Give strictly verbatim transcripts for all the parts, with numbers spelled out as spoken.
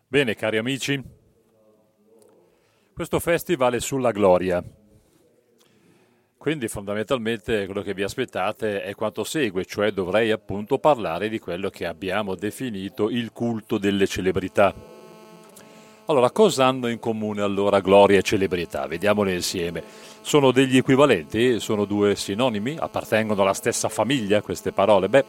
Bene, cari amici, questo festival è sulla gloria, quindi fondamentalmente quello che vi aspettate è quanto segue, cioè dovrei appunto parlare di quello che abbiamo definito il culto delle celebrità. Allora, cosa hanno in comune allora gloria e celebrità? Vediamole insieme. Sono degli equivalenti? Sono due sinonimi? Appartengono alla stessa famiglia queste parole? Beh,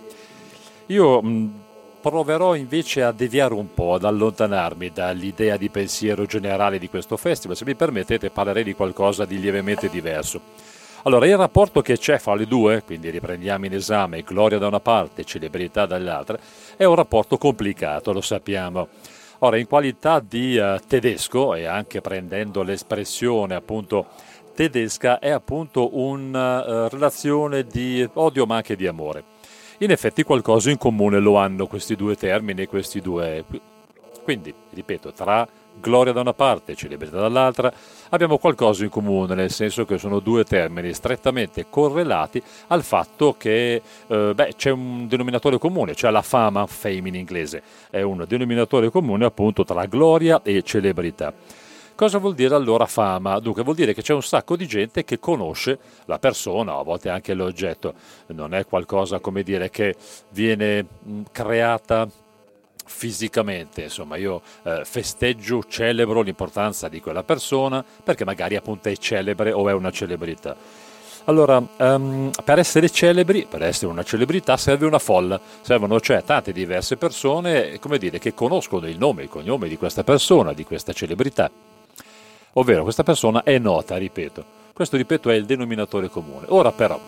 io mh, proverò invece a deviare un po', ad allontanarmi dall'idea di pensiero generale di questo festival. Se mi permettete, parlerei di qualcosa di lievemente diverso. Allora, il rapporto che c'è fra le due, quindi riprendiamo in esame gloria da una parte e celebrità dall'altra, è un rapporto complicato, lo sappiamo. Ora, in qualità di eh, tedesco, e anche prendendo l'espressione appunto tedesca, è appunto una eh, relazione di odio ma anche di amore. In effetti qualcosa in comune lo hanno questi due termini, questi due... Quindi, ripeto, tra gloria da una parte e celebrità dall'altra, abbiamo qualcosa in comune, nel senso che sono due termini strettamente correlati al fatto che eh, beh, c'è un denominatore comune, cioè la fama, fame in inglese, è un denominatore comune appunto tra gloria e celebrità. Cosa vuol dire allora fama? Dunque vuol dire che c'è un sacco di gente che conosce la persona, a volte anche l'oggetto, non è qualcosa, come dire, che viene mh, creata fisicamente, insomma io eh, festeggio, celebro l'importanza di quella persona perché magari appunto è celebre o è una celebrità. Allora, um, per essere celebri, per essere una celebrità serve una folla, servono cioè tante diverse persone, come dire, che conoscono il nome e il cognome di questa persona, di questa celebrità. Ovvero questa persona è nota, ripeto. Questo, ripeto, è il denominatore comune. Ora però,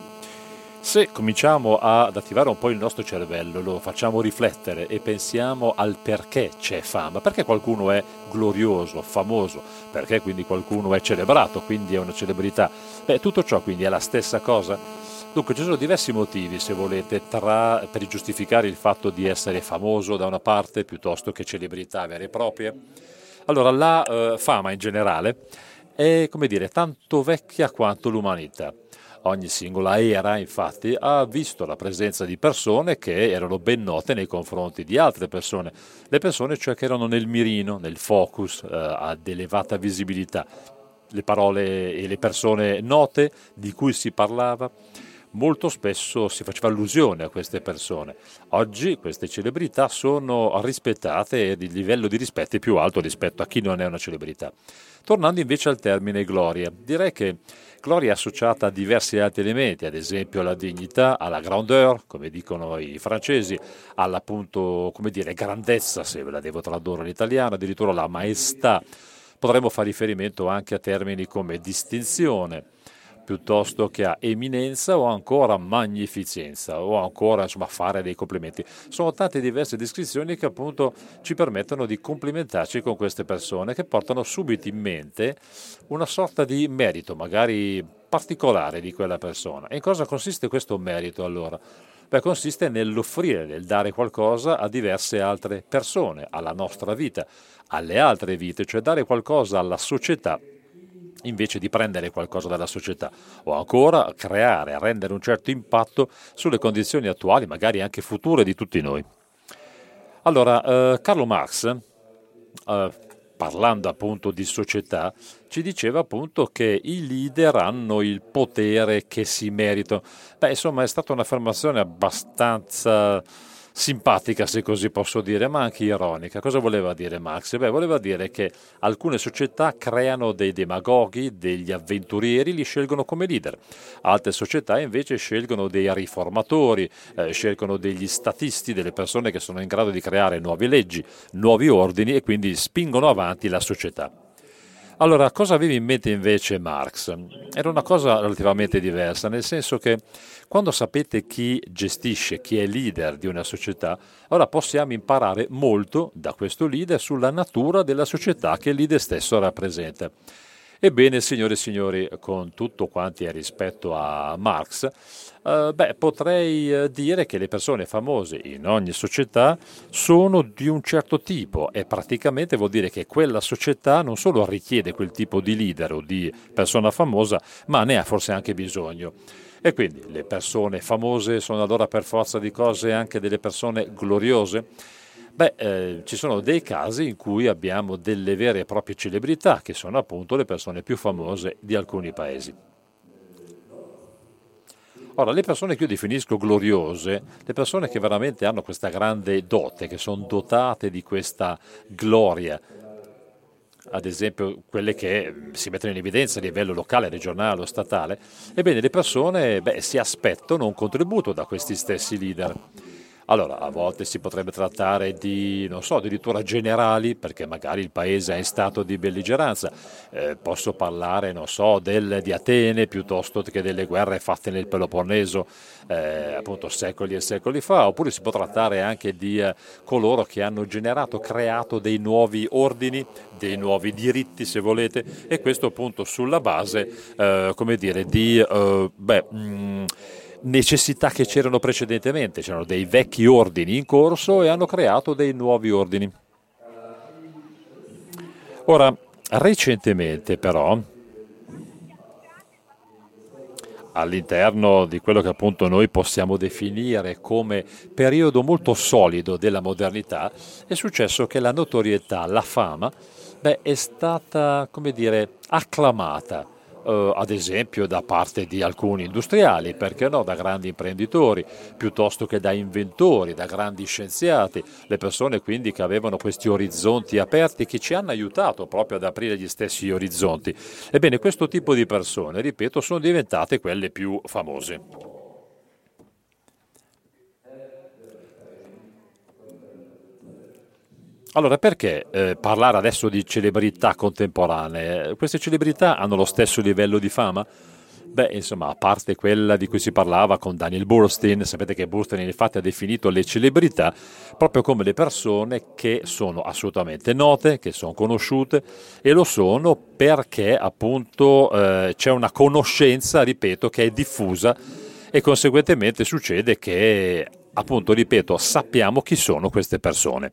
se cominciamo ad attivare un po' il nostro cervello, lo facciamo riflettere e pensiamo al perché c'è fama, perché qualcuno è glorioso, famoso, perché quindi qualcuno è celebrato, quindi è una celebrità. Beh, tutto ciò quindi è la stessa cosa? Dunque ci sono diversi motivi, se volete, tra, per giustificare il fatto di essere famoso da una parte piuttosto che celebrità vere e proprie. Allora, la eh, fama in generale è, come dire, tanto vecchia quanto l'umanità. Ogni singola era, infatti, ha visto la presenza di persone che erano ben note nei confronti di altre persone. Le persone, cioè, che erano nel mirino, nel focus, eh, ad elevata visibilità. Le parole e le persone note di cui si parlava, molto spesso si faceva allusione a queste persone. Oggi queste celebrità sono rispettate e il livello di rispetto è più alto rispetto a chi non è una celebrità. Tornando invece al termine gloria, direi che gloria è associata a diversi altri elementi, ad esempio alla dignità, alla grandeur, come dicono i francesi, all'appunto, come dire, grandezza, se ve la devo tradurre in italiano, addirittura alla maestà. Potremmo fare riferimento anche a termini come distinzione, piuttosto che a eminenza o ancora magnificenza o ancora insomma fare dei complimenti. Sono tante diverse descrizioni che appunto ci permettono di complimentarci con queste persone che portano subito in mente una sorta di merito magari particolare di quella persona. E in cosa consiste questo merito allora? Beh, consiste nell'offrire, nel dare qualcosa a diverse altre persone, alla nostra vita, alle altre vite, cioè dare qualcosa alla società invece di prendere qualcosa dalla società, o ancora creare, rendere un certo impatto sulle condizioni attuali, magari anche future di tutti noi. Allora, eh, Carlo Marx, eh, parlando appunto di società, ci diceva appunto che i leader hanno il potere che si meritano. Beh, insomma, è stata un'affermazione abbastanza simpatica, se così posso dire, ma anche ironica. Cosa voleva dire Marx? Beh, voleva dire che alcune società creano dei demagoghi, degli avventurieri, li scelgono come leader. Altre società invece scelgono dei riformatori, eh, scelgono degli statisti, delle persone che sono in grado di creare nuove leggi, nuovi ordini e quindi spingono avanti la società. Allora, cosa aveva in mente invece Marx? Era una cosa relativamente diversa, nel senso che quando sapete chi gestisce, chi è leader di una società, allora possiamo imparare molto da questo leader sulla natura della società che il leader stesso rappresenta. Ebbene, signore e signori, con tutto quanto è rispetto a Marx, eh, beh, potrei eh, dire che le persone famose in ogni società sono di un certo tipo e praticamente vuol dire che quella società non solo richiede quel tipo di leader o di persona famosa, ma ne ha forse anche bisogno. E quindi le persone famose sono allora per forza di cose anche delle persone gloriose? Beh, eh, ci sono dei casi in cui abbiamo delle vere e proprie celebrità, che sono appunto le persone più famose di alcuni paesi. Ora, le persone che io definisco gloriose, le persone che veramente hanno questa grande dote, che sono dotate di questa gloria, ad esempio quelle che si mettono in evidenza a livello locale, regionale o statale, ebbene le persone beh, si aspettano un contributo da questi stessi leader. Allora, a volte si potrebbe trattare di, non so, addirittura generali, perché magari il paese è in stato di belligeranza. Eh, posso parlare, non so, del, di Atene piuttosto che delle guerre fatte nel Peloponneso, eh, appunto secoli e secoli fa, oppure si può trattare anche di eh, coloro che hanno generato, creato dei nuovi ordini, dei nuovi diritti, se volete, e questo appunto sulla base, eh, come dire, di, eh, beh, mh, necessità che c'erano precedentemente, c'erano dei vecchi ordini in corso e hanno creato dei nuovi ordini. Ora, recentemente però, all'interno di quello che appunto noi possiamo definire come periodo molto solido della modernità, è successo che la notorietà, la fama, beh, è stata, come dire, acclamata. Uh, ad esempio da parte di alcuni industriali, perché no, da grandi imprenditori, piuttosto che da inventori, da grandi scienziati, le persone quindi che avevano questi orizzonti aperti che ci hanno aiutato proprio ad aprire gli stessi orizzonti. Ebbene, questo tipo di persone, ripeto, sono diventate quelle più famose. Allora, perché eh, parlare adesso di celebrità contemporanee? Queste celebrità hanno lo stesso livello di fama? Beh, insomma, a parte quella di cui si parlava con Daniel Boorstin, sapete che Boorstin infatti ha definito le celebrità proprio come le persone che sono assolutamente note, che sono conosciute, e lo sono perché appunto eh, c'è una conoscenza, ripeto, che è diffusa e conseguentemente succede che, appunto, ripeto, sappiamo chi sono queste persone.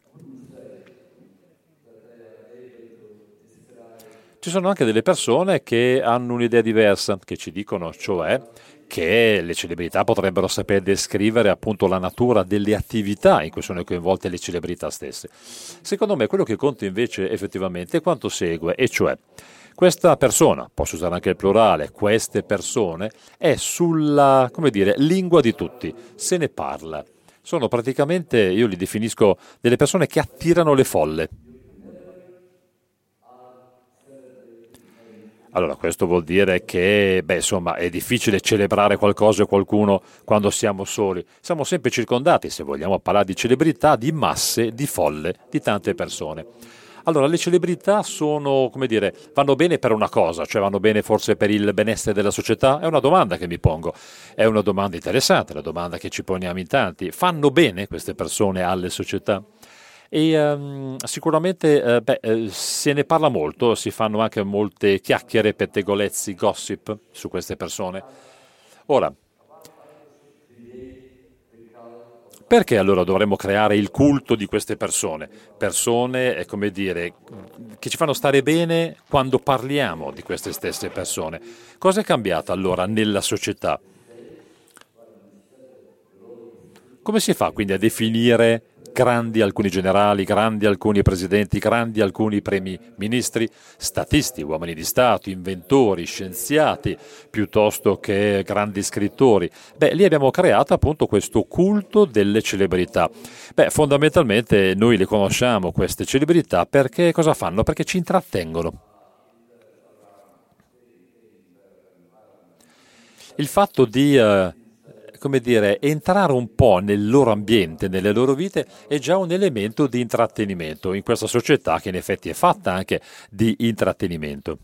Ci sono anche delle persone che hanno un'idea diversa, che ci dicono cioè che le celebrità potrebbero saper descrivere appunto la natura delle attività in cui sono coinvolte le celebrità stesse. Secondo me quello che conta invece effettivamente è quanto segue, e cioè questa persona, posso usare anche il plurale, queste persone, è sulla, come dire, lingua di tutti, se ne parla. Sono praticamente, io li definisco delle persone che attirano le folle. Allora, questo vuol dire che, beh, insomma, è difficile celebrare qualcosa o qualcuno quando siamo soli. Siamo sempre circondati, se vogliamo parlare di celebrità, di masse, di folle, di tante persone. Allora, le celebrità sono, come dire, vanno bene per una cosa, cioè vanno bene forse per il benessere della società? È una domanda che mi pongo. È una domanda interessante, la domanda che ci poniamo in tanti. Fanno bene queste persone alle società? E um, sicuramente eh, beh, eh, se ne parla molto, si fanno anche molte chiacchiere, pettegolezzi, gossip su queste persone. Ora, perché allora dovremmo creare il culto di queste persone? Persone, è come dire, che ci fanno stare bene quando parliamo di queste stesse persone. Cosa è cambiato allora nella società? Come si fa quindi a definire grandi alcuni generali, grandi alcuni presidenti, grandi alcuni primi ministri, statisti, uomini di Stato, inventori, scienziati, piuttosto che grandi scrittori? Beh, lì abbiamo creato appunto questo culto delle celebrità. Beh, fondamentalmente noi le conosciamo queste celebrità perché cosa fanno? Perché ci intrattengono. Il fatto di eh, come dire, entrare un po' nel loro ambiente, nelle loro vite, è già un elemento di intrattenimento in questa società che in effetti è fatta anche di intrattenimento.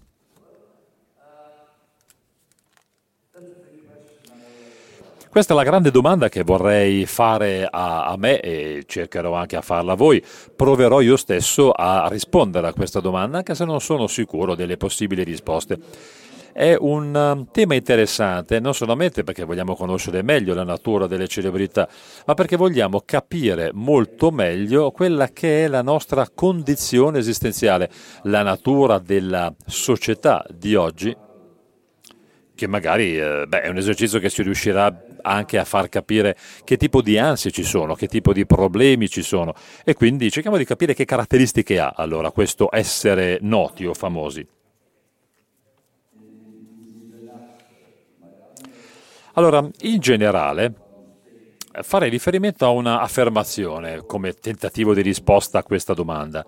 Questa è la grande domanda che vorrei fare a, a me e cercherò anche a farla a voi. Proverò io stesso a rispondere a questa domanda, anche se non sono sicuro delle possibili risposte. È un um, tema interessante, non solamente perché vogliamo conoscere meglio la natura delle celebrità, ma perché vogliamo capire molto meglio quella che è la nostra condizione esistenziale, la natura della società di oggi, che magari eh, beh, è un esercizio che si riuscirà anche a far capire che tipo di ansie ci sono, che tipo di problemi ci sono, e quindi cerchiamo di capire che caratteristiche ha allora questo essere noti o famosi. Allora, in generale, farei riferimento a una affermazione come tentativo di risposta a questa domanda.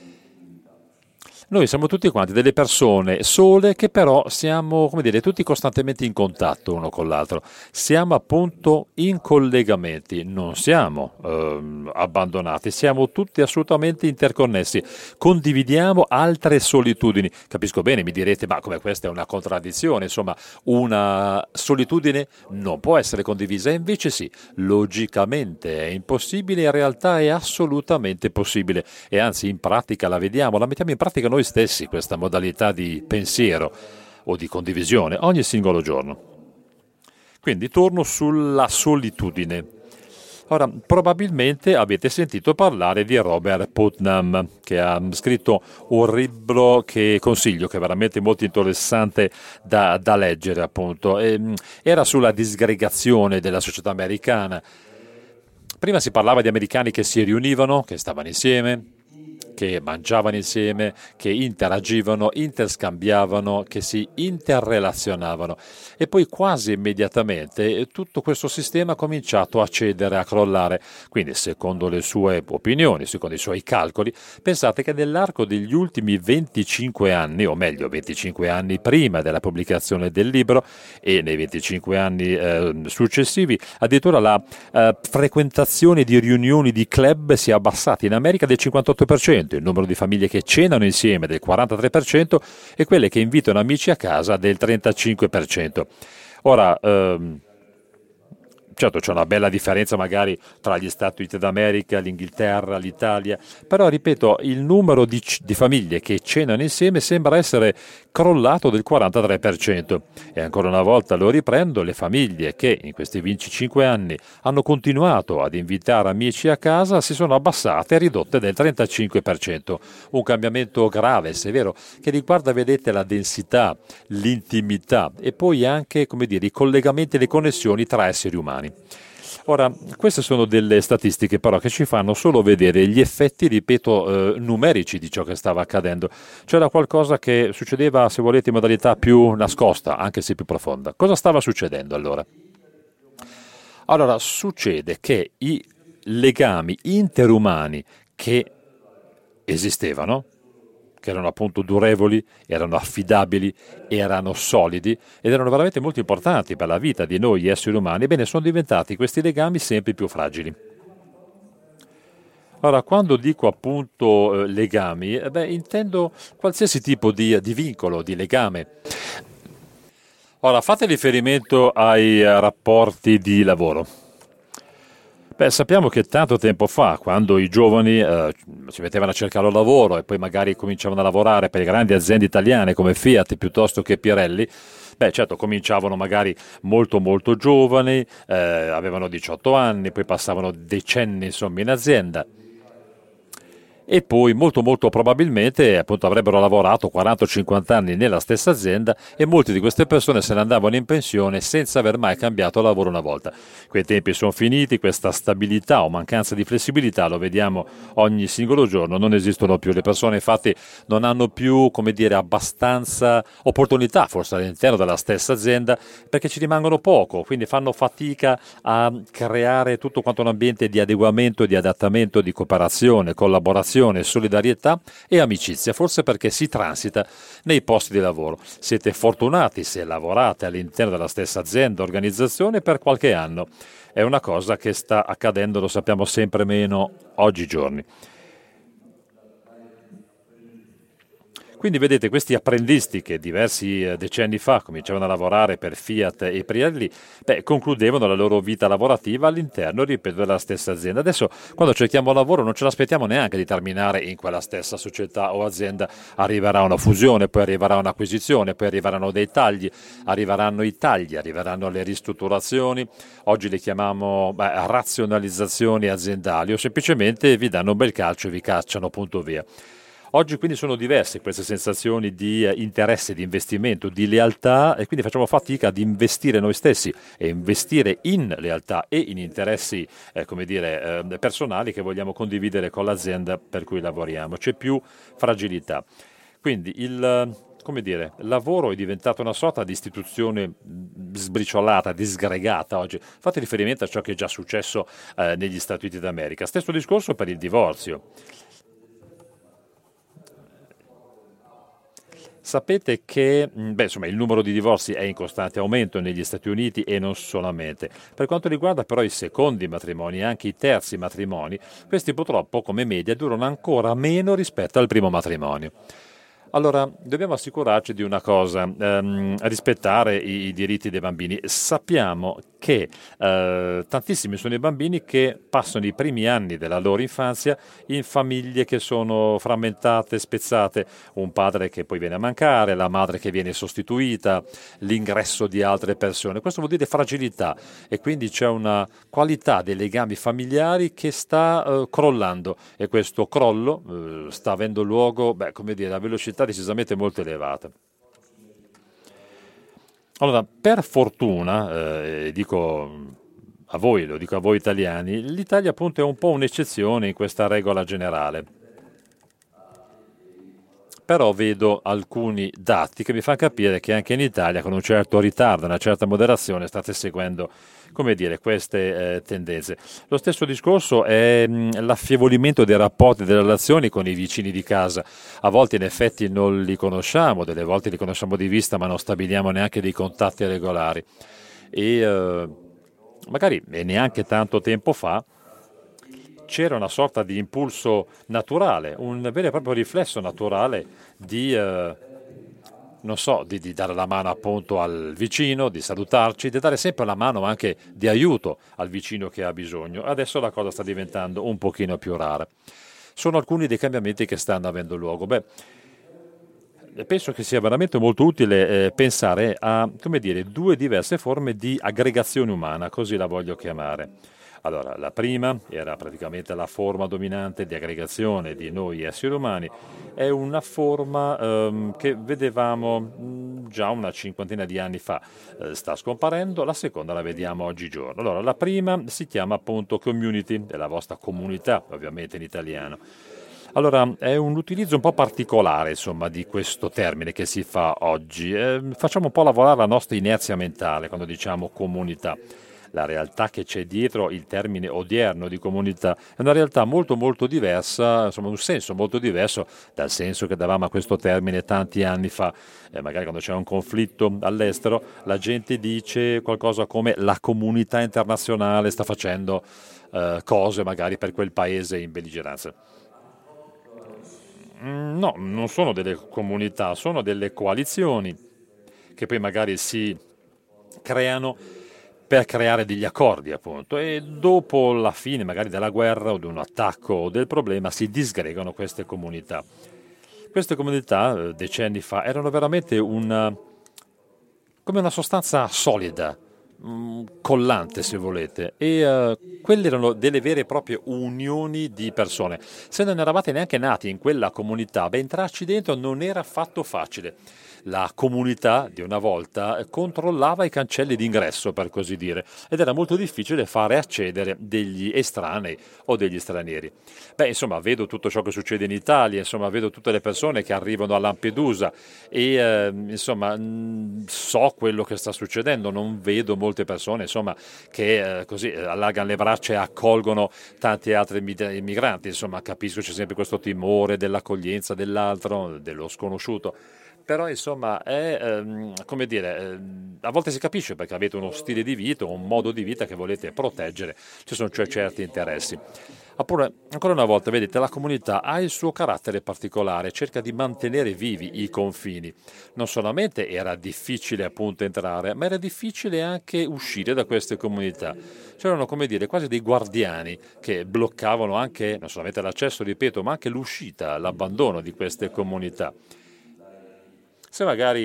Noi siamo tutti quanti delle persone sole che però siamo, come dire, tutti costantemente in contatto uno con l'altro. Siamo appunto in collegamenti, non siamo ehm, abbandonati, siamo tutti assolutamente interconnessi. Condividiamo altre solitudini. Capisco bene, mi direte, ma come questa è una contraddizione, insomma, una solitudine non può essere condivisa, e invece sì, logicamente è impossibile, in realtà è assolutamente possibile, e anzi in pratica la vediamo, la mettiamo in pratica noi stessi questa modalità di pensiero o di condivisione ogni singolo giorno. Quindi torno sulla solitudine. Ora, probabilmente avete sentito parlare di Robert Putnam, che ha scritto un libro che consiglio, che è veramente molto interessante da, da leggere, appunto. E, era sulla disgregazione della società americana. Prima si parlava di americani che si riunivano, che stavano insieme, che mangiavano insieme, che interagivano, interscambiavano, che si interrelazionavano, e poi quasi immediatamente tutto questo sistema ha cominciato a cedere, a crollare. Quindi, secondo le sue opinioni, secondo i suoi calcoli, pensate che nell'arco degli ultimi venticinque anni, o meglio venticinque anni prima della pubblicazione del libro e nei venticinque anni eh, successivi, addirittura la eh, frequentazione di riunioni di club si è abbassata in America del cinquantotto per cento, il numero di famiglie che cenano insieme del quarantatré per cento e quelle che invitano amici a casa del trentacinque per cento. Ora, ehm, certo c'è una bella differenza magari tra gli Stati Uniti d'America, l'Inghilterra, l'Italia, però ripeto, il numero di, di famiglie che cenano insieme sembra essere crollato del quarantatré per cento. E ancora una volta lo riprendo, le famiglie che in questi venticinque anni hanno continuato ad invitare amici a casa si sono abbassate e ridotte del trentacinque per cento. Un cambiamento grave, severo, che riguarda, vedete, la densità, l'intimità e poi anche, come dire, i collegamenti e le connessioni tra esseri umani. Ora, queste sono delle statistiche però che ci fanno solo vedere gli effetti, ripeto, eh, numerici di ciò che stava accadendo. C'era qualcosa che succedeva, se volete, in modalità più nascosta, anche se più profonda. Cosa stava succedendo allora? Allora, succede che i legami interumani che esistevano, che erano appunto durevoli, erano affidabili, erano solidi ed erano veramente molto importanti per la vita di noi esseri umani, ebbene sono diventati questi legami sempre più fragili. Ora, quando dico appunto eh, legami, eh, beh, intendo qualsiasi tipo di, di vincolo, di legame. Ora, fate riferimento ai eh, rapporti di lavoro. Beh, sappiamo che tanto tempo fa, quando i giovani eh, si mettevano a cercare lavoro e poi magari cominciavano a lavorare per grandi aziende italiane come Fiat piuttosto che Pirelli, beh, certo, cominciavano magari molto molto giovani, eh, avevano diciotto anni, poi passavano decenni insomma in azienda. E poi molto molto probabilmente appunto avrebbero lavorato quaranta o cinquanta anni nella stessa azienda, e molte di queste persone se ne andavano in pensione senza aver mai cambiato lavoro una volta. Quei tempi sono finiti, questa stabilità o mancanza di flessibilità lo vediamo ogni singolo giorno, non esistono più. Le persone infatti non hanno più, come dire, abbastanza opportunità forse all'interno della stessa azienda, perché ci rimangono poco, quindi fanno fatica a creare tutto quanto un ambiente di adeguamento, di adattamento, di cooperazione, collaborazione, solidarietà e amicizia, forse perché si transita nei posti di lavoro. Siete fortunati se lavorate all'interno della stessa azienda, organizzazione per qualche anno. È una cosa che sta accadendo, lo sappiamo, sempre meno oggigiorni. Quindi vedete, questi apprendisti che diversi decenni fa cominciavano a lavorare per Fiat e Pirelli, beh, concludevano la loro vita lavorativa all'interno, ripeto, della stessa azienda. Adesso, quando cerchiamo lavoro, non ce l'aspettiamo neanche di terminare in quella stessa società o azienda. Arriverà una fusione, poi arriverà un'acquisizione, poi arriveranno dei tagli, arriveranno i tagli, arriveranno le ristrutturazioni. Oggi le chiamiamo beh, razionalizzazioni aziendali, o semplicemente vi danno un bel calcio e vi cacciano, punto via. Oggi quindi sono diverse queste sensazioni di eh, interesse, di investimento, di lealtà e quindi facciamo fatica ad investire noi stessi e investire in lealtà e in interessi, eh, come dire, eh, personali che vogliamo condividere con l'azienda per cui lavoriamo. C'è più fragilità. Quindi il, come dire, il lavoro è diventato una sorta di istituzione sbriciolata, disgregata oggi. Fate riferimento a ciò che è già successo eh, negli Stati Uniti d'America. Stesso discorso per il divorzio. Sapete che beh, insomma, il numero di divorzi è in costante aumento negli Stati Uniti e non solamente. Per quanto riguarda però i secondi matrimoni e anche i terzi matrimoni, questi purtroppo come media durano ancora meno rispetto al primo matrimonio. Allora, dobbiamo assicurarci di una cosa, ehm, rispettare i, i diritti dei bambini. Sappiamo che eh, tantissimi sono i bambini che passano i primi anni della loro infanzia in famiglie che sono frammentate, spezzate, un padre che poi viene a mancare, la madre che viene sostituita, l'ingresso di altre persone. Questo vuol dire fragilità e quindi c'è una qualità dei legami familiari che sta eh, crollando e questo crollo eh, sta avendo luogo, beh, come dire, a velocità decisamente molto elevata. Allora, per fortuna, eh, dico a voi, lo dico a voi italiani, l'Italia appunto è un po' un'eccezione in questa regola generale. Però vedo alcuni dati che mi fanno capire che anche in Italia, con un certo ritardo, una certa moderazione, state seguendo, come dire, queste eh, tendenze. Lo stesso discorso è mh, l'affievolimento dei rapporti, delle relazioni con i vicini di casa. A volte in effetti non li conosciamo, delle volte li conosciamo di vista, ma non stabiliamo neanche dei contatti regolari. E eh, magari e neanche tanto tempo fa c'era una sorta di impulso naturale, un vero e proprio riflesso naturale di, eh, non so, di, di dare la mano appunto al vicino, di salutarci, di dare sempre la mano anche di aiuto al vicino che ha bisogno. Adesso la cosa sta diventando un pochino più rara. Sono alcuni dei cambiamenti che stanno avendo luogo. Beh, penso che sia veramente molto utile eh, pensare a, come dire, due diverse forme di aggregazione umana, così la voglio chiamare. Allora, la prima era praticamente la forma dominante di aggregazione di noi esseri umani, è una forma ehm, che vedevamo mh, già una cinquantina di anni fa, eh, sta scomparendo, la seconda la vediamo oggigiorno. Allora, la prima si chiama appunto community, è la vostra comunità, ovviamente in italiano. Allora, è un utilizzo un po' particolare, insomma, di questo termine che si fa oggi. Eh, facciamo un po' lavorare la nostra inerzia mentale quando diciamo comunità. La realtà che c'è dietro il termine odierno di comunità è una realtà molto molto diversa, insomma un senso molto diverso dal senso che davamo a questo termine tanti anni fa. Eh, magari quando c'è un conflitto all'estero la gente dice qualcosa come la comunità internazionale sta facendo eh, cose magari per quel paese in belligeranza. Mm, No, non sono delle comunità, sono delle coalizioni che poi magari si creano per creare degli accordi, appunto, e dopo la fine magari della guerra o di un attacco o del problema si disgregano queste comunità. Queste comunità, eh, decenni fa, erano veramente una, come una sostanza solida, mh, collante se volete, e eh, quelle erano delle vere e proprie unioni di persone. Se non eravate neanche nati in quella comunità, beh, entrarci dentro non era affatto facile. La comunità di una volta controllava i cancelli d'ingresso, per così dire, ed era molto difficile fare accedere degli estranei o degli stranieri. Beh, insomma, vedo tutto ciò che succede in Italia, insomma, vedo tutte le persone che arrivano a Lampedusa e, eh, insomma, mh, so quello che sta succedendo, non vedo molte persone, insomma, che eh, così allargano le braccia e accolgono tanti altri migranti, insomma, capisco c'è sempre questo timore dell'accoglienza dell'altro, dello sconosciuto. Però insomma è ehm, come dire, ehm, a volte si capisce perché avete uno stile di vita, un modo di vita che volete proteggere, ci sono cioè certi interessi. Oppure, ancora una volta, vedete, la comunità ha il suo carattere particolare, cerca di mantenere vivi i confini. Non solamente era difficile appunto entrare, ma era difficile anche uscire da queste comunità. C'erano, come dire, quasi dei guardiani che bloccavano anche, non solamente l'accesso, ripeto, ma anche l'uscita, l'abbandono di queste comunità. Se magari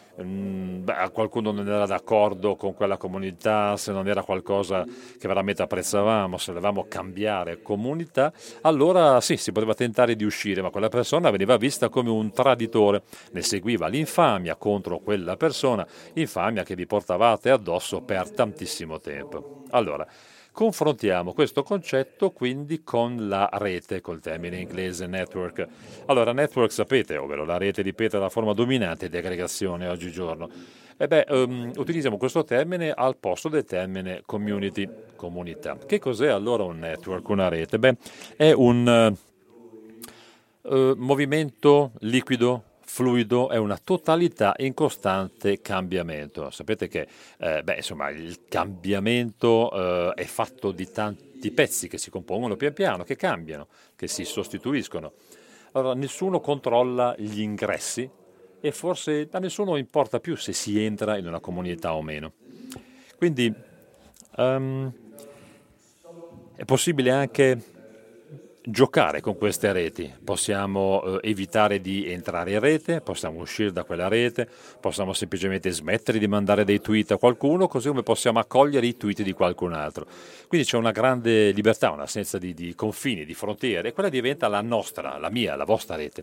mm, beh, qualcuno non era d'accordo con quella comunità, se non era qualcosa che veramente apprezzavamo, se volevamo cambiare comunità, allora sì, si poteva tentare di uscire, ma quella persona veniva vista come un traditore, ne seguiva l'infamia contro quella persona, infamia che vi portavate addosso per tantissimo tempo. Allora, confrontiamo questo concetto quindi con la rete, col termine inglese network. Allora, network sapete, ovvero la rete, ripeto, è la forma dominante di aggregazione oggigiorno. E beh, um, utilizziamo questo termine al posto del termine community, comunità. Che cos'è allora un network, una rete? Beh, è un uh, uh, movimento liquido, fluido, è una totalità in costante cambiamento. Sapete che eh, beh, insomma, il cambiamento eh, è fatto di tanti pezzi che si compongono pian piano, che cambiano, che si sostituiscono. Allora, nessuno controlla gli ingressi e forse a nessuno importa più se si entra in una comunità o meno. Quindi um, è possibile anche giocare con queste reti, possiamo eh, evitare di entrare in rete, possiamo uscire da quella rete, possiamo semplicemente smettere di mandare dei tweet a qualcuno, così come possiamo accogliere i tweet di qualcun altro. Quindi c'è una grande libertà, un'assenza di, di confini, di frontiere, e quella diventa la nostra, la mia, la vostra rete.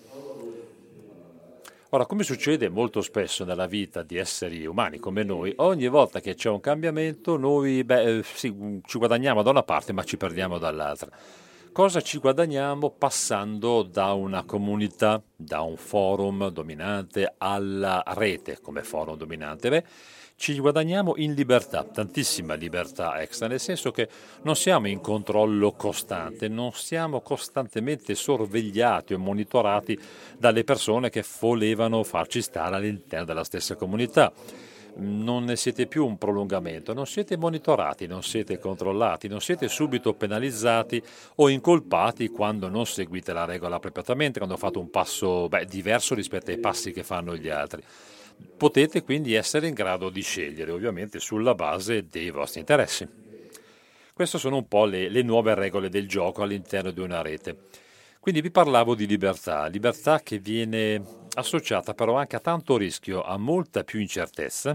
Ora, come succede molto spesso nella vita di esseri umani come noi, ogni volta che c'è un cambiamento noi beh, eh, sì, ci guadagniamo da una parte ma ci perdiamo dall'altra. Cosa ci guadagniamo passando da una comunità, da un forum dominante alla rete come forum dominante? Beh, ci guadagniamo in libertà, tantissima libertà extra, nel senso che non siamo in controllo costante, non siamo costantemente sorvegliati o monitorati dalle persone che volevano farci stare all'interno della stessa comunità. Non ne siete più un prolungamento, non siete monitorati, non siete controllati, non siete subito penalizzati o incolpati quando non seguite la regola appropriatamente, quando fate un passo beh, diverso rispetto ai passi che fanno gli altri. Potete quindi essere in grado di scegliere, ovviamente sulla base dei vostri interessi. Queste sono un po' le, le nuove regole del gioco all'interno di una rete. Quindi vi parlavo di libertà, libertà che viene associata però anche a tanto rischio, a molta più incertezza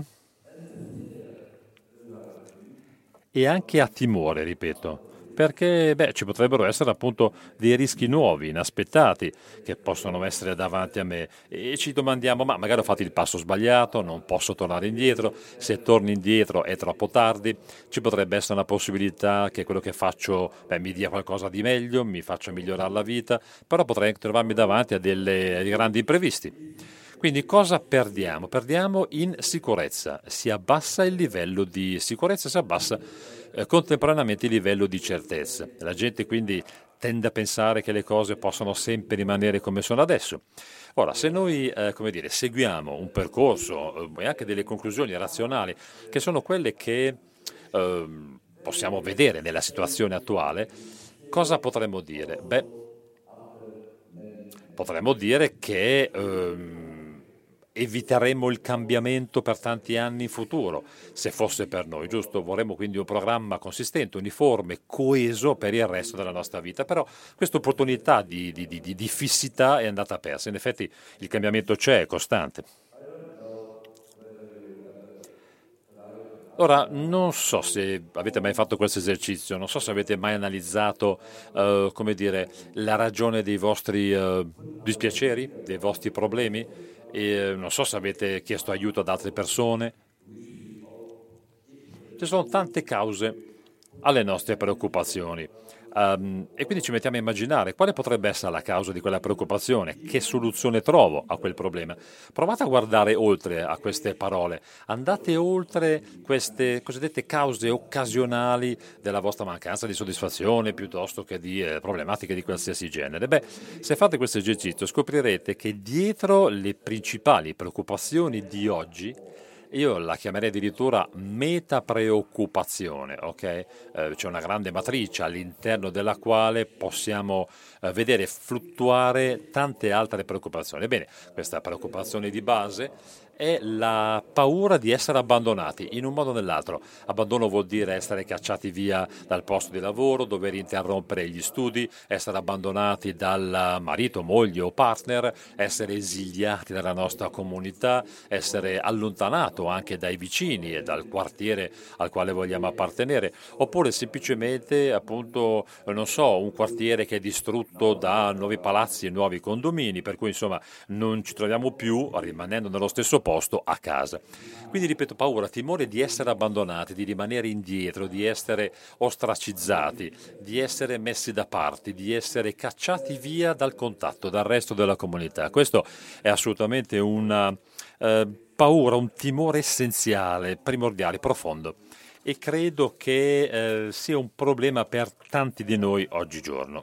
e anche a timore, ripeto, perché beh, ci potrebbero essere appunto dei rischi nuovi, inaspettati, che possono essere davanti a me e ci domandiamo, ma magari ho fatto il passo sbagliato, non posso tornare indietro, se torno indietro è troppo tardi, ci potrebbe essere una possibilità che quello che faccio beh, mi dia qualcosa di meglio, mi faccia migliorare la vita, però potrei trovarmi davanti a delle, a dei grandi imprevisti. Quindi cosa perdiamo? Perdiamo in sicurezza, si abbassa il livello di sicurezza, si abbassa eh, contemporaneamente il livello di certezza. La gente quindi tende a pensare che le cose possano sempre rimanere come sono adesso. Ora, se noi eh, come dire, seguiamo un percorso eh, e anche delle conclusioni razionali, che sono quelle che eh, possiamo vedere nella situazione attuale, cosa potremmo dire? Beh, potremmo dire che ehm, eviteremmo il cambiamento per tanti anni in futuro, se fosse per noi, giusto? Vorremmo quindi un programma consistente, uniforme, coeso per il resto della nostra vita, però questa opportunità di, di, di, di fissità è andata persa, in effetti il cambiamento c'è, è costante. Ora, non so se avete mai fatto questo esercizio, non so se avete mai analizzato, eh, come dire, la ragione dei vostri eh, dispiaceri, dei vostri problemi, e eh, non so se avete chiesto aiuto ad altre persone. Ci sono tante cause alle nostre preoccupazioni. Um, e quindi ci mettiamo a immaginare quale potrebbe essere la causa di quella preoccupazione, che soluzione trovo a quel problema. Provate a guardare oltre a queste parole, andate oltre queste cosiddette cause occasionali della vostra mancanza di soddisfazione piuttosto che di eh, problematiche di qualsiasi genere. Beh, se fate questo esercizio scoprirete che dietro le principali preoccupazioni di oggi, io la chiamerei addirittura metapreoccupazione, ok? Eh, c'è una grande matrice all'interno della quale possiamo eh, vedere fluttuare tante altre preoccupazioni. Ebbene, questa preoccupazione di base è la paura di essere abbandonati in un modo o nell'altro. Abbandono vuol dire essere cacciati via dal posto di lavoro, dover interrompere gli studi, essere abbandonati dal marito, moglie o partner, essere esiliati dalla nostra comunità, essere allontanato anche dai vicini e dal quartiere al quale vogliamo appartenere, oppure semplicemente appunto, non so, un quartiere che è distrutto da nuovi palazzi e nuovi condomini, per cui insomma non ci troviamo più rimanendo nello stesso posto a casa. Quindi ripeto, paura, timore di essere abbandonati, di rimanere indietro, di essere ostracizzati, di essere messi da parte, di essere cacciati via dal contatto, dal resto della comunità. Questo è assolutamente una eh, paura, un timore essenziale, primordiale, profondo. E credo che eh, sia un problema per tanti di noi oggigiorno.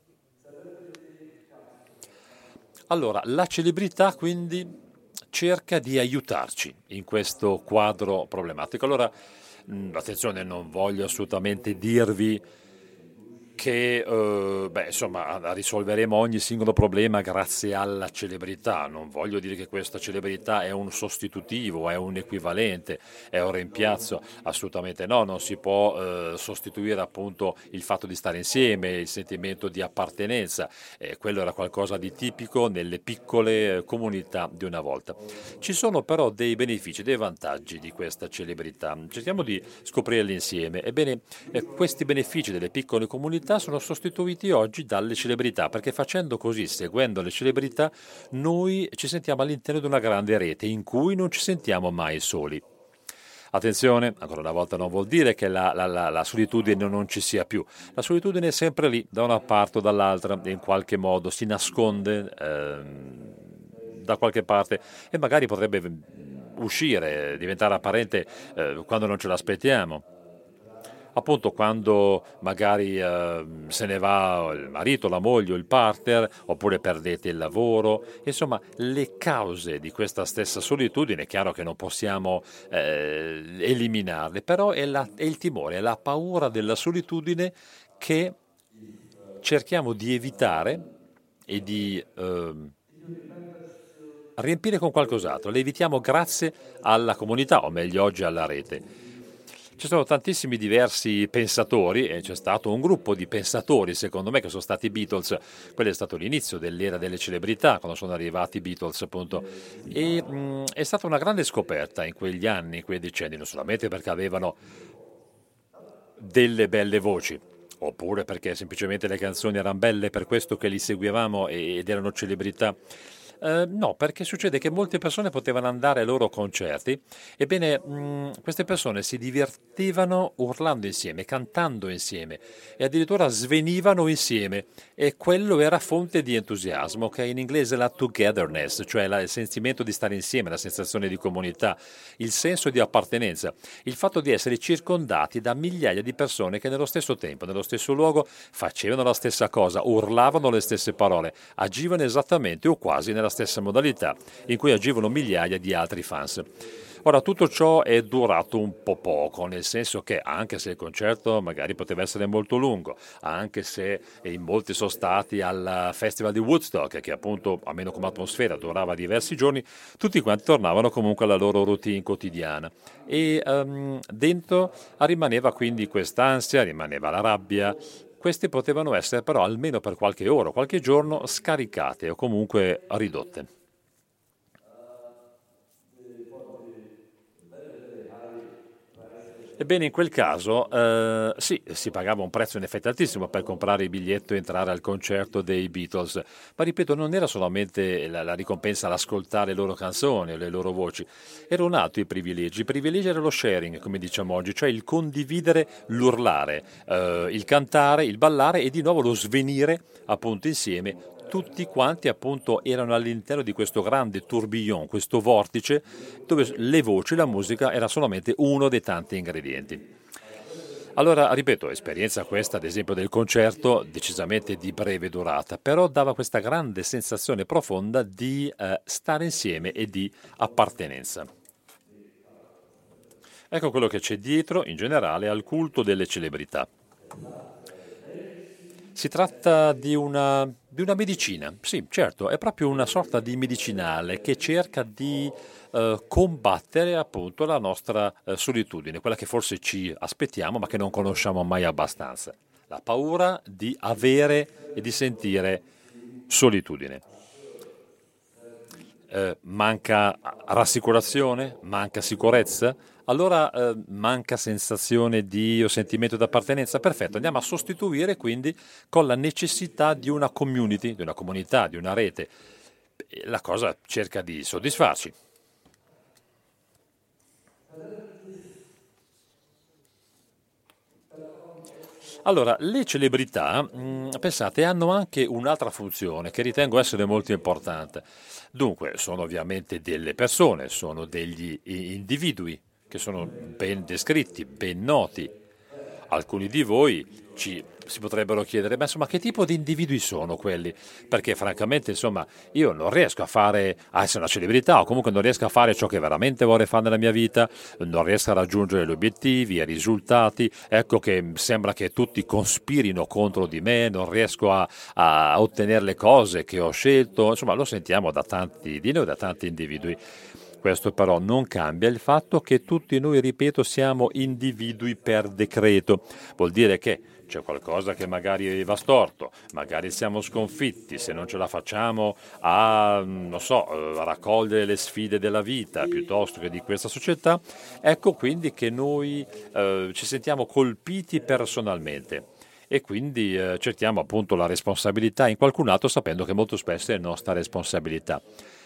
Allora, la celebrità quindi cerca di aiutarci in questo quadro problematico. Allora, mh, attenzione, non voglio assolutamente dirvi che eh, beh, insomma, risolveremo ogni singolo problema grazie alla celebrità. Non voglio dire che questa celebrità è un sostitutivo, è un equivalente, è un rimpiazzo, assolutamente no, non si può eh, sostituire appunto il fatto di stare insieme, il sentimento di appartenenza, eh, quello era qualcosa di tipico nelle piccole eh, comunità di una volta. Ci sono però dei benefici, dei vantaggi di questa celebrità, cerchiamo di scoprirli insieme. Ebbene, eh, questi benefici delle piccole comunità sono sostituiti oggi dalle celebrità, perché facendo così, seguendo le celebrità, noi ci sentiamo all'interno di una grande rete in cui non ci sentiamo mai soli. Attenzione, ancora una volta non vuol dire che la, la, la, la solitudine non ci sia più. La solitudine è sempre lì, da una parte o dall'altra, e in qualche modo si nasconde ehm, da qualche parte e magari potrebbe uscire, diventare apparente eh, quando non ce l'aspettiamo. Appunto quando magari eh, se ne va il marito, la moglie o il partner, oppure perdete il lavoro, insomma le cause di questa stessa solitudine, è chiaro che non possiamo eh, eliminarle, però è, la, è il timore, è la paura della solitudine che cerchiamo di evitare e di eh, riempire con qualcos'altro, le evitiamo grazie alla comunità, o meglio oggi alla rete. Ci sono tantissimi diversi pensatori e c'è stato un gruppo di pensatori, secondo me, che sono stati i Beatles. Quello è stato l'inizio dell'era delle celebrità, quando sono arrivati i Beatles, appunto. E mh, è stata una grande scoperta in quegli anni, in quei decenni, non solamente perché avevano delle belle voci, oppure perché semplicemente le canzoni erano belle, per questo che li seguivamo ed erano celebrità. Uh, no, perché succede che molte persone potevano andare ai loro concerti, ebbene mh, queste persone si divertivano urlando insieme, cantando insieme e addirittura svenivano insieme e quello era fonte di entusiasmo, che è in inglese la togetherness, cioè la, il sentimento di stare insieme, la sensazione di comunità, il senso di appartenenza, il fatto di essere circondati da migliaia di persone che nello stesso tempo, nello stesso luogo facevano la stessa cosa, urlavano le stesse parole, agivano esattamente o quasi nella stessa modalità in cui agivano migliaia di altri fans. Ora, tutto ciò è durato un po' poco, nel senso che anche se il concerto magari poteva essere molto lungo, anche se in molti sono stati al Festival di Woodstock, che appunto, almeno come atmosfera, durava diversi giorni, tutti quanti tornavano comunque alla loro routine quotidiana. E um, dentro rimaneva quindi quest'ansia, rimaneva la rabbia. Queste potevano essere però almeno per qualche ora, qualche giorno, scaricate o comunque ridotte. Ebbene, in quel caso eh, sì, si pagava un prezzo in effetti altissimo per comprare il biglietto e entrare al concerto dei Beatles, ma ripeto, non era solamente la, la ricompensa all'ascoltare le loro canzoni o le loro voci, erano un altro i privilegi. Il privilegio era lo sharing, come diciamo oggi, cioè il condividere, l'urlare, eh, il cantare, il ballare e di nuovo lo svenire appunto insieme. Tutti quanti appunto erano all'interno di questo grande tourbillon, questo vortice, dove le voci, la musica era solamente uno dei tanti ingredienti. Allora, ripeto, esperienza questa, ad esempio, del concerto, decisamente di breve durata, però dava questa grande sensazione profonda di eh, stare insieme e di appartenenza. Ecco quello che c'è dietro, in generale, al culto delle celebrità. Si tratta di una, di una medicina, sì, certo, è proprio una sorta di medicinale che cerca di eh, combattere appunto la nostra eh, solitudine, quella che forse ci aspettiamo ma che non conosciamo mai abbastanza. La paura di avere e di sentire solitudine. Eh, manca rassicurazione, manca sicurezza, allora eh, manca sensazione di o sentimento di appartenenza. Perfetto, andiamo a sostituire quindi con la necessità di una community, di una comunità, di una rete. E la cosa cerca di soddisfarci. Allora, le celebrità, mh, pensate, hanno anche un'altra funzione che ritengo essere molto importante. Dunque, sono ovviamente delle persone, sono degli i- individui che sono ben descritti, ben noti. Alcuni di voi ci, si potrebbero chiedere, ma insomma, che tipo di individui sono quelli? Perché francamente, insomma, io non riesco a fare, a essere una celebrità o comunque non riesco a fare ciò che veramente vorrei fare nella mia vita, non riesco a raggiungere gli obiettivi, i risultati, ecco che sembra che tutti cospirino contro di me, non riesco a, a ottenere le cose che ho scelto, insomma, lo sentiamo da tanti di noi, da tanti individui. Questo però non cambia il fatto che tutti noi, ripeto, siamo individui per decreto. Vuol dire che c'è qualcosa che magari va storto, magari siamo sconfitti, se non ce la facciamo a, non so, a raccogliere le sfide della vita piuttosto che di questa società, ecco quindi che noi eh, ci sentiamo colpiti personalmente e quindi eh, cerchiamo appunto la responsabilità in qualcun altro sapendo che molto spesso è nostra responsabilità.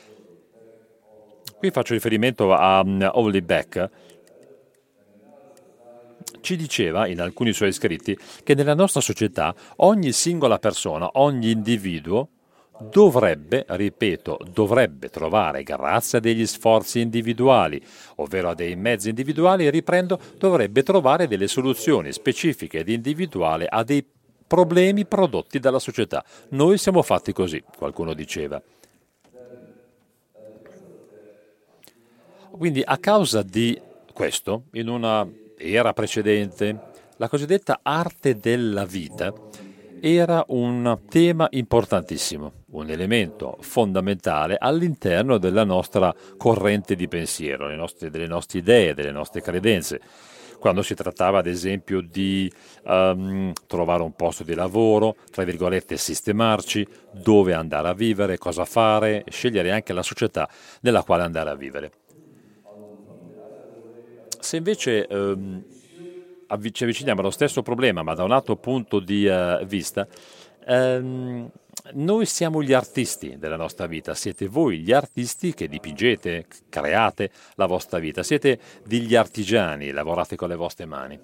Qui faccio riferimento a um, Holly Beck, ci diceva in alcuni suoi scritti che nella nostra società ogni singola persona, ogni individuo dovrebbe, ripeto, dovrebbe trovare, grazie a degli sforzi individuali, ovvero a dei mezzi individuali, riprendo, dovrebbe trovare delle soluzioni specifiche ed individuali a dei problemi prodotti dalla società. Noi siamo fatti così, qualcuno diceva. Quindi a causa di questo, in una era precedente, la cosiddetta arte della vita era un tema importantissimo, un elemento fondamentale all'interno della nostra corrente di pensiero, delle nostre, delle nostre idee, delle nostre credenze. Quando si trattava ad esempio di um, trovare un posto di lavoro, tra virgolette sistemarci, dove andare a vivere, cosa fare, scegliere anche la società nella quale andare a vivere. Se invece ehm, avvi- ci avviciniamo allo stesso problema, ma da un altro punto di eh, vista, ehm, noi siamo gli artisti della nostra vita, siete voi gli artisti che dipingete, create la vostra vita, siete degli artigiani, lavorate con le vostre mani.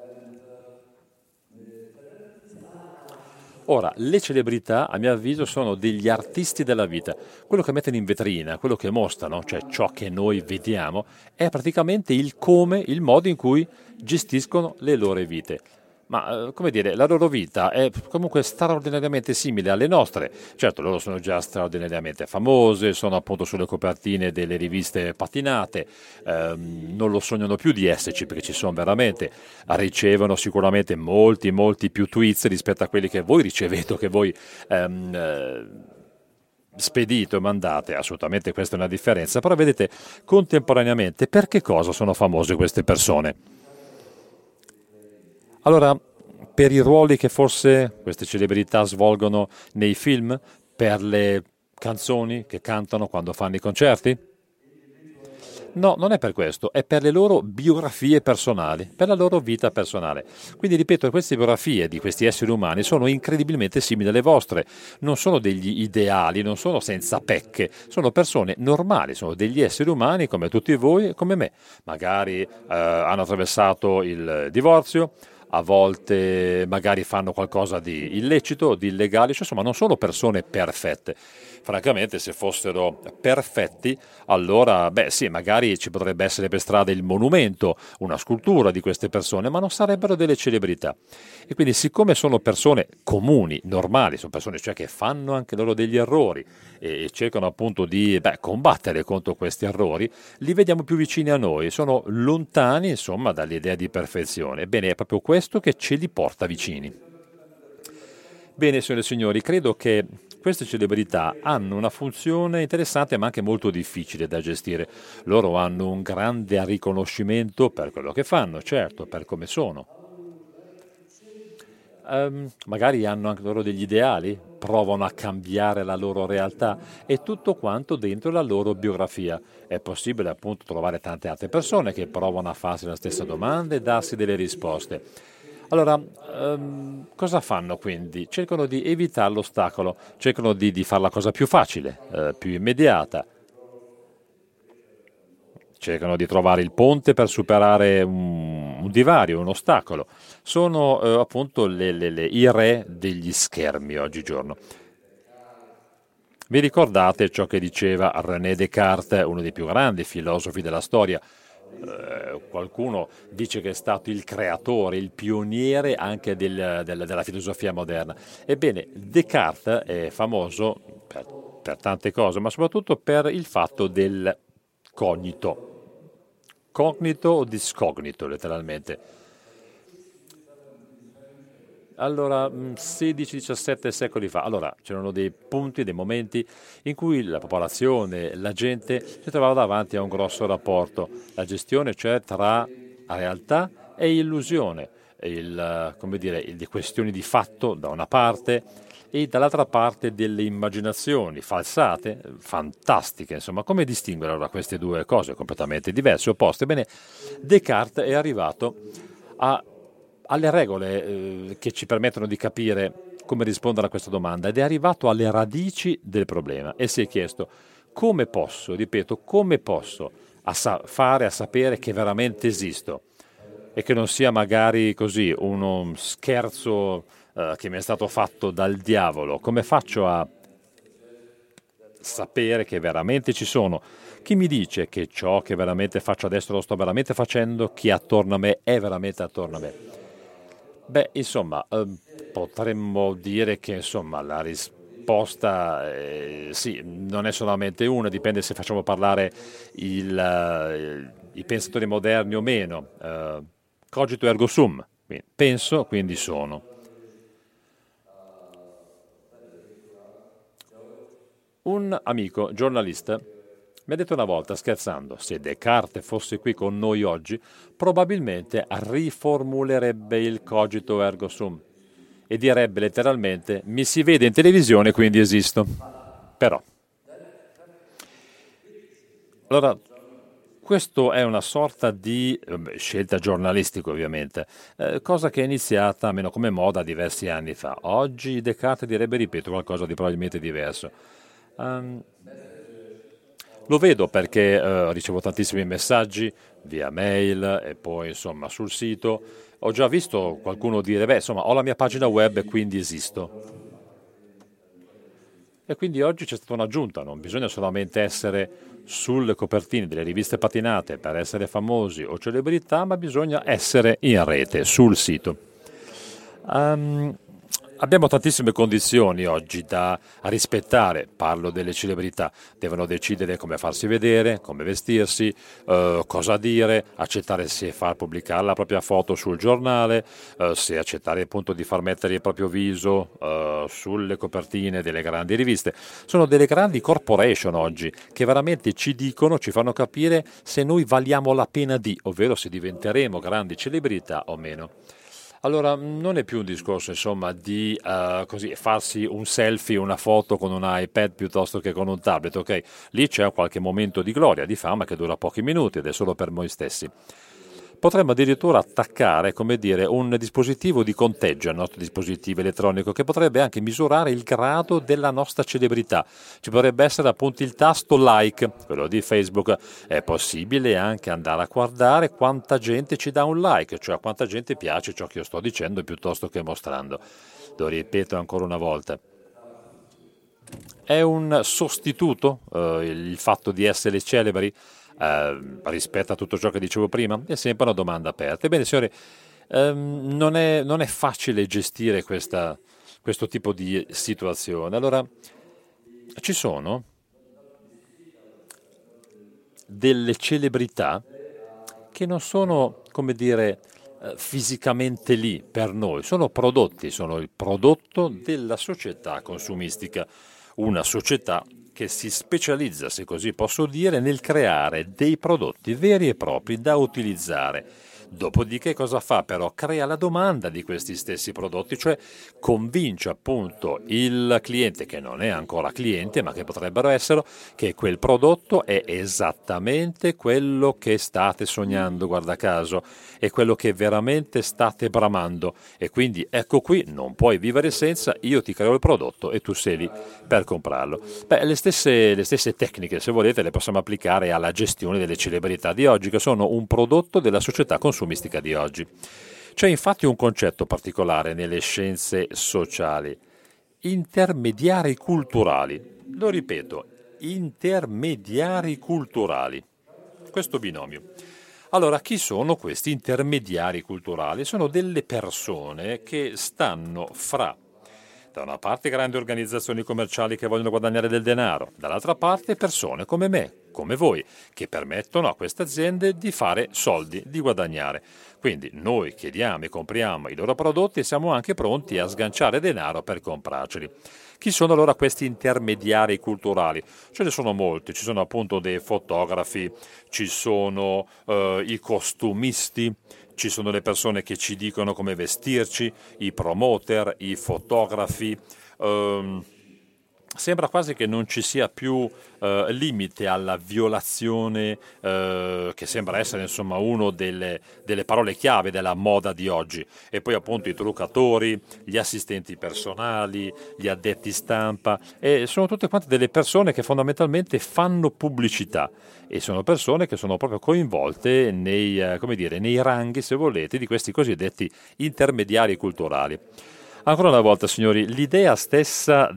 Ora, le celebrità, a mio avviso, sono degli artisti della vita. Quello che mettono in vetrina, quello che mostrano, cioè ciò che noi vediamo, è praticamente il come, il modo in cui gestiscono le loro vite. Ma, eh, come dire, la loro vita è comunque straordinariamente simile alle nostre. Certo, loro sono già straordinariamente famose, sono appunto sulle copertine delle riviste patinate, ehm, non lo sognano più di esserci perché ci sono veramente, ricevono sicuramente molti, molti più tweets rispetto a quelli che voi ricevete, o che voi ehm, eh, spedite o mandate, assolutamente questa è una differenza, però vedete contemporaneamente per che cosa sono famose queste persone. Allora, per i ruoli che forse queste celebrità svolgono nei film, per le canzoni che cantano quando fanno i concerti? No, non è per questo, è per le loro biografie personali, per la loro vita personale. Quindi, ripeto, queste biografie di questi esseri umani sono incredibilmente simili alle vostre, non sono degli ideali, non sono senza pecche, sono persone normali, sono degli esseri umani come tutti voi e come me. Magari eh, hanno attraversato il divorzio, a volte magari fanno qualcosa di illecito, di illegale, cioè, insomma non sono persone perfette. Francamente, se fossero perfetti, allora, beh sì, magari ci potrebbe essere per strada il monumento, una scultura di queste persone, ma non sarebbero delle celebrità. E quindi, siccome sono persone comuni, normali, sono persone cioè che fanno anche loro degli errori e cercano appunto di beh, combattere contro questi errori, li vediamo più vicini a noi, sono lontani insomma dall'idea di perfezione. Ebbene, è proprio questo che ce li porta vicini. Bene, signore e signori, credo che queste celebrità hanno una funzione interessante ma anche molto difficile da gestire. Loro hanno un grande riconoscimento per quello che fanno, certo, per come sono. Ehm, magari hanno anche loro degli ideali, provano a cambiare la loro realtà e tutto quanto dentro la loro biografia. È possibile appunto trovare tante altre persone che provano a farsi la stessa domanda e darsi delle risposte. Allora, ehm, cosa fanno quindi? Cercano di evitare l'ostacolo, cercano di, di fare la cosa più facile, eh, più immediata, cercano di trovare il ponte per superare un, un divario, un ostacolo. Sono eh, appunto le- le- le- i re degli schermi oggigiorno. Vi ricordate ciò che diceva René Descartes, uno dei più grandi filosofi della storia? Eh, qualcuno dice che è stato il creatore, il pioniere anche del- del- della filosofia moderna. Ebbene, Descartes è famoso per, per tante cose, ma soprattutto per il fatto del cognito. Cognito o discognito, letteralmente. Allora, sedici diciassette secoli fa, allora c'erano dei punti, dei momenti in cui la popolazione, la gente si trovava davanti a un grosso rapporto, la gestione cioè tra realtà e illusione, il, come dire, le questioni di fatto da una parte e dall'altra parte delle immaginazioni falsate, fantastiche, insomma, come distinguere allora queste due cose completamente diverse, opposte? Bene, Descartes è arrivato a alle regole eh, che ci permettono di capire come rispondere a questa domanda ed è arrivato alle radici del problema e si è chiesto come posso, ripeto, come posso a sa- fare a sapere che veramente esisto e che non sia magari così uno scherzo eh, che mi è stato fatto dal diavolo, come faccio a sapere che veramente ci sono? Chi mi dice che ciò che veramente faccio adesso lo sto veramente facendo, chi è attorno a me è veramente attorno a me? Beh, insomma, eh, potremmo dire che insomma, la risposta eh, sì, non è solamente una, dipende se facciamo parlare il, eh, i pensatori moderni o meno. Eh, cogito ergo sum, quindi penso, quindi sono. Un amico giornalista mi ha detto una volta, scherzando, se Descartes fosse qui con noi oggi, probabilmente riformulerebbe il cogito ergo sum e direbbe letteralmente mi si vede in televisione quindi esisto. Però, allora, questo è una sorta di eh, scelta giornalistica ovviamente, eh, cosa che è iniziata, almeno come moda, diversi anni fa. Oggi Descartes direbbe, ripeto, qualcosa di probabilmente diverso. Ehm, Lo vedo perché eh, ricevo tantissimi messaggi via mail e poi insomma sul sito. Ho già visto qualcuno dire, beh, insomma, ho la mia pagina web e quindi esisto. E quindi oggi c'è stata un'aggiunta, non bisogna solamente essere sulle copertine delle riviste patinate per essere famosi o celebrità, ma bisogna essere in rete, sul sito. Ehm, Abbiamo tantissime condizioni oggi da rispettare, parlo delle celebrità, devono decidere come farsi vedere, come vestirsi, eh, cosa dire, accettare se far pubblicare la propria foto sul giornale, eh, se accettare appunto di far mettere il proprio viso eh, sulle copertine delle grandi riviste. Sono delle grandi corporation oggi che veramente ci dicono, ci fanno capire se noi valiamo la pena di, ovvero se diventeremo grandi celebrità o meno. Allora, non è più un discorso, insomma, di eh, così, farsi un selfie, una foto con un iPad piuttosto che con un tablet, ok? Lì c'è qualche momento di gloria, di fama che dura pochi minuti ed è solo per noi stessi. Potremmo addirittura attaccare, come dire, un dispositivo di conteggio al nostro dispositivo elettronico che potrebbe anche misurare il grado della nostra celebrità. Ci potrebbe essere appunto il tasto like, quello di Facebook. È possibile anche andare a guardare quanta gente ci dà un like, cioè a quanta gente piace ciò che io sto dicendo piuttosto che mostrando. Lo ripeto ancora una volta. È un sostituto eh, il fatto di essere celebri eh, rispetto a tutto ciò che dicevo prima? È sempre una domanda aperta. Ebbene, signori, ehm, non è, non è facile gestire questa, questo tipo di situazione. Allora, ci sono delle celebrità che non sono, come dire, eh, fisicamente lì per noi, sono prodotti, sono il prodotto della società consumistica, una società che si specializza, se così posso dire, nel creare dei prodotti veri e propri da utilizzare. Dopodiché cosa fa però? Crea la domanda di questi stessi prodotti, cioè convince appunto il cliente, che non è ancora cliente ma che potrebbero esserlo, che quel prodotto è esattamente quello che state sognando, guarda caso, è quello che veramente state bramando, e quindi ecco qui, non puoi vivere senza, io ti creo il prodotto e tu sei lì per comprarlo. Beh, le stesse, le stesse tecniche, se volete, le possiamo applicare alla gestione delle celebrità di oggi, che sono un prodotto della società consumistica di oggi. C'è infatti un concetto particolare nelle scienze sociali: intermediari culturali. Lo ripeto, intermediari culturali. Questo binomio. Allora, chi sono questi intermediari culturali? Sono delle persone che stanno fra, da una parte, grandi organizzazioni commerciali che vogliono guadagnare del denaro, dall'altra parte persone come me, come voi, che permettono a queste aziende di fare soldi, di guadagnare. Quindi noi chiediamo e compriamo i loro prodotti e siamo anche pronti a sganciare denaro per comprarceli. Chi sono allora questi intermediari culturali? Ce ne sono molti, ci sono appunto dei fotografi, ci sono eh, i costumisti, ci sono le persone che ci dicono come vestirci, i promoter, i fotografi. Ehm, sembra quasi che non ci sia più eh, limite alla violazione, eh, che sembra essere insomma uno delle, delle parole chiave della moda di oggi. E poi appunto i truccatori, gli assistenti personali, gli addetti stampa, e sono tutte quante delle persone che fondamentalmente fanno pubblicità, e sono persone che sono proprio coinvolte nei, eh, come dire, nei ranghi, se volete, di questi cosiddetti intermediari culturali. Ancora una volta, signori, l'idea stessa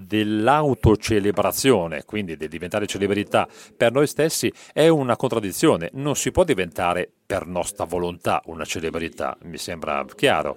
dell'autocelebrazione, quindi di diventare celebrità per noi stessi, è una contraddizione. Non si può diventare per nostra volontà una celebrità, mi sembra chiaro.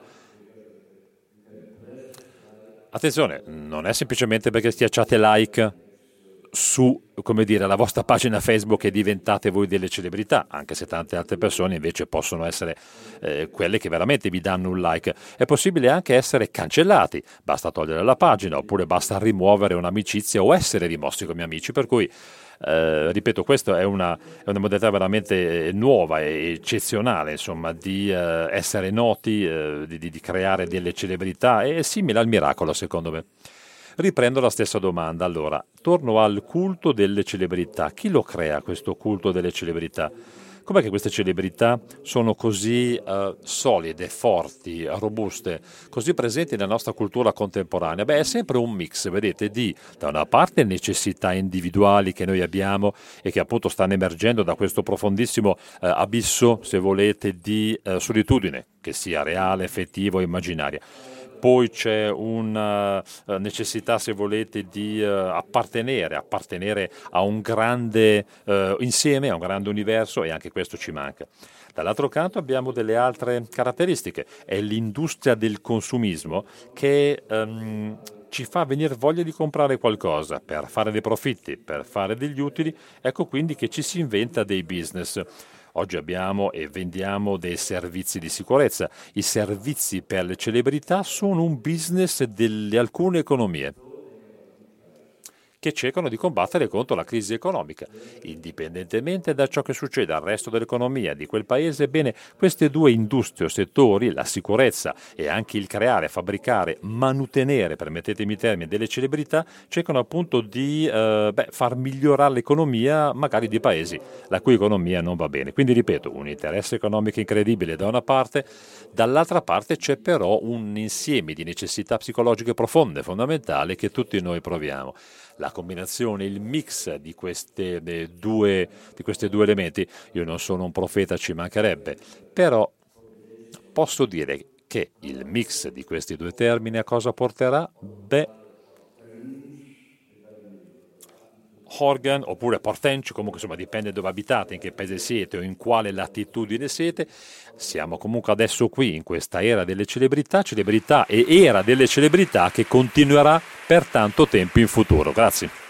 Attenzione, non è semplicemente perché schiacciate like su, come dire, la vostra pagina Facebook e diventate voi delle celebrità, anche se tante altre persone invece possono essere eh, quelle che veramente vi danno un like. È possibile anche essere cancellati, basta togliere la pagina, oppure basta rimuovere un'amicizia o essere rimossi come amici, per cui eh, ripeto, questa è una, è una modalità veramente nuova e eccezionale, insomma, di eh, essere noti, eh, di, di creare delle celebrità, è simile al miracolo, secondo me. Riprendo la stessa domanda, allora, torno al culto delle celebrità. Chi lo crea questo culto delle celebrità? Com'è che queste celebrità sono così uh, solide, forti, robuste, così presenti nella nostra cultura contemporanea? Beh, è sempre un mix, vedete, di, da una parte, necessità individuali che noi abbiamo e che appunto stanno emergendo da questo profondissimo uh, abisso, se volete, di uh, solitudine, che sia reale, effettivo, immaginaria. Poi c'è una necessità, se volete, di uh, appartenere, appartenere a un grande uh, insieme, a un grande universo, e anche questo ci manca. Dall'altro canto abbiamo delle altre caratteristiche, è l'industria del consumismo che um, ci fa venire voglia di comprare qualcosa per fare dei profitti, per fare degli utili, ecco quindi che ci si inventa dei business. Oggi abbiamo e vendiamo dei servizi di sicurezza. I servizi per le celebrità sono un business delle alcune economie che cercano di combattere contro la crisi economica. Indipendentemente da ciò che succede al resto dell'economia di quel paese, bene, queste due industrie o settori, la sicurezza e anche il creare, fabbricare, manutenere, permettetemi i termini, delle celebrità, cercano appunto di eh, beh, far migliorare l'economia magari di paesi la cui economia non va bene. Quindi ripeto, un interesse economico incredibile da una parte, dall'altra parte c'è però un insieme di necessità psicologiche profonde, fondamentali, che tutti noi proviamo. La combinazione, il mix di queste due, di questi due elementi, io non sono un profeta, ci mancherebbe, però posso dire che il mix di questi due termini a cosa porterà? Beh, Horgan oppure Portenci, comunque insomma dipende dove abitate, in che paese siete o in quale latitudine siete. Siamo comunque adesso qui in questa era delle celebrità, celebrità e era delle celebrità che continuerà per tanto tempo in futuro. Grazie.